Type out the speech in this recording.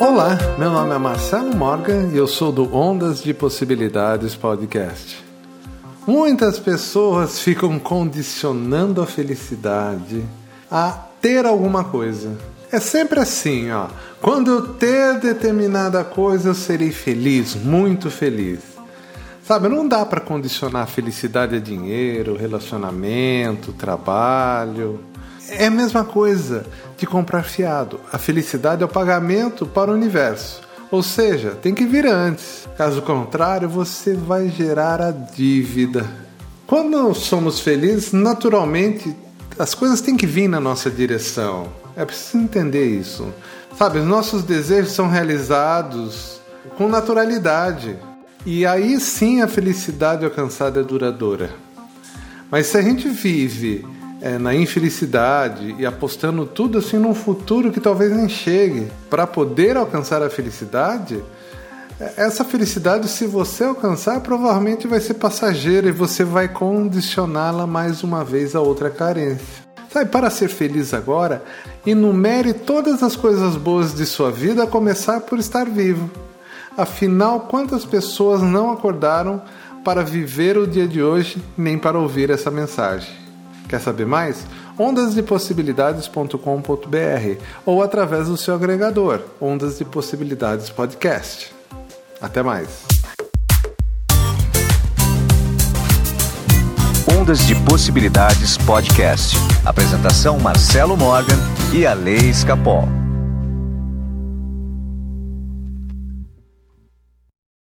Olá, meu nome é Marcelo Morgan e eu sou do Ondas de Possibilidades Podcast. Muitas pessoas ficam condicionando a felicidade a ter alguma coisa. É sempre assim, ó. Quando eu ter determinada coisa, eu serei feliz, muito feliz. Sabe, não dá para condicionar a felicidade a dinheiro, relacionamento, trabalho. É a mesma coisa de comprar fiado. A felicidade é o pagamento para o universo. Ou seja, tem que vir antes. Caso contrário, você vai gerar a dívida. Quando somos felizes, naturalmente, as coisas têm que vir na nossa direção. É preciso entender isso. Sabe, os nossos desejos são realizados com naturalidade. E aí sim a felicidade alcançada é duradoura. Mas se a gente vive na infelicidade e apostando tudo assim num futuro que talvez nem chegue para poder alcançar a felicidade, essa felicidade, se você alcançar, provavelmente vai ser passageira e você vai condicioná-la mais uma vez a outra carência. Sabe, para ser feliz agora, enumere todas as coisas boas de sua vida, a começar por estar vivo. Afinal, quantas pessoas não acordaram para viver o dia de hoje, nem para ouvir essa mensagem? Quer saber mais? ondasdepossibilidades.com.br ou através do seu agregador, Ondas de Possibilidades Podcast. Até mais. Ondas de Possibilidades Podcast. Apresentação Marcelo Morgan e Alê Escapol.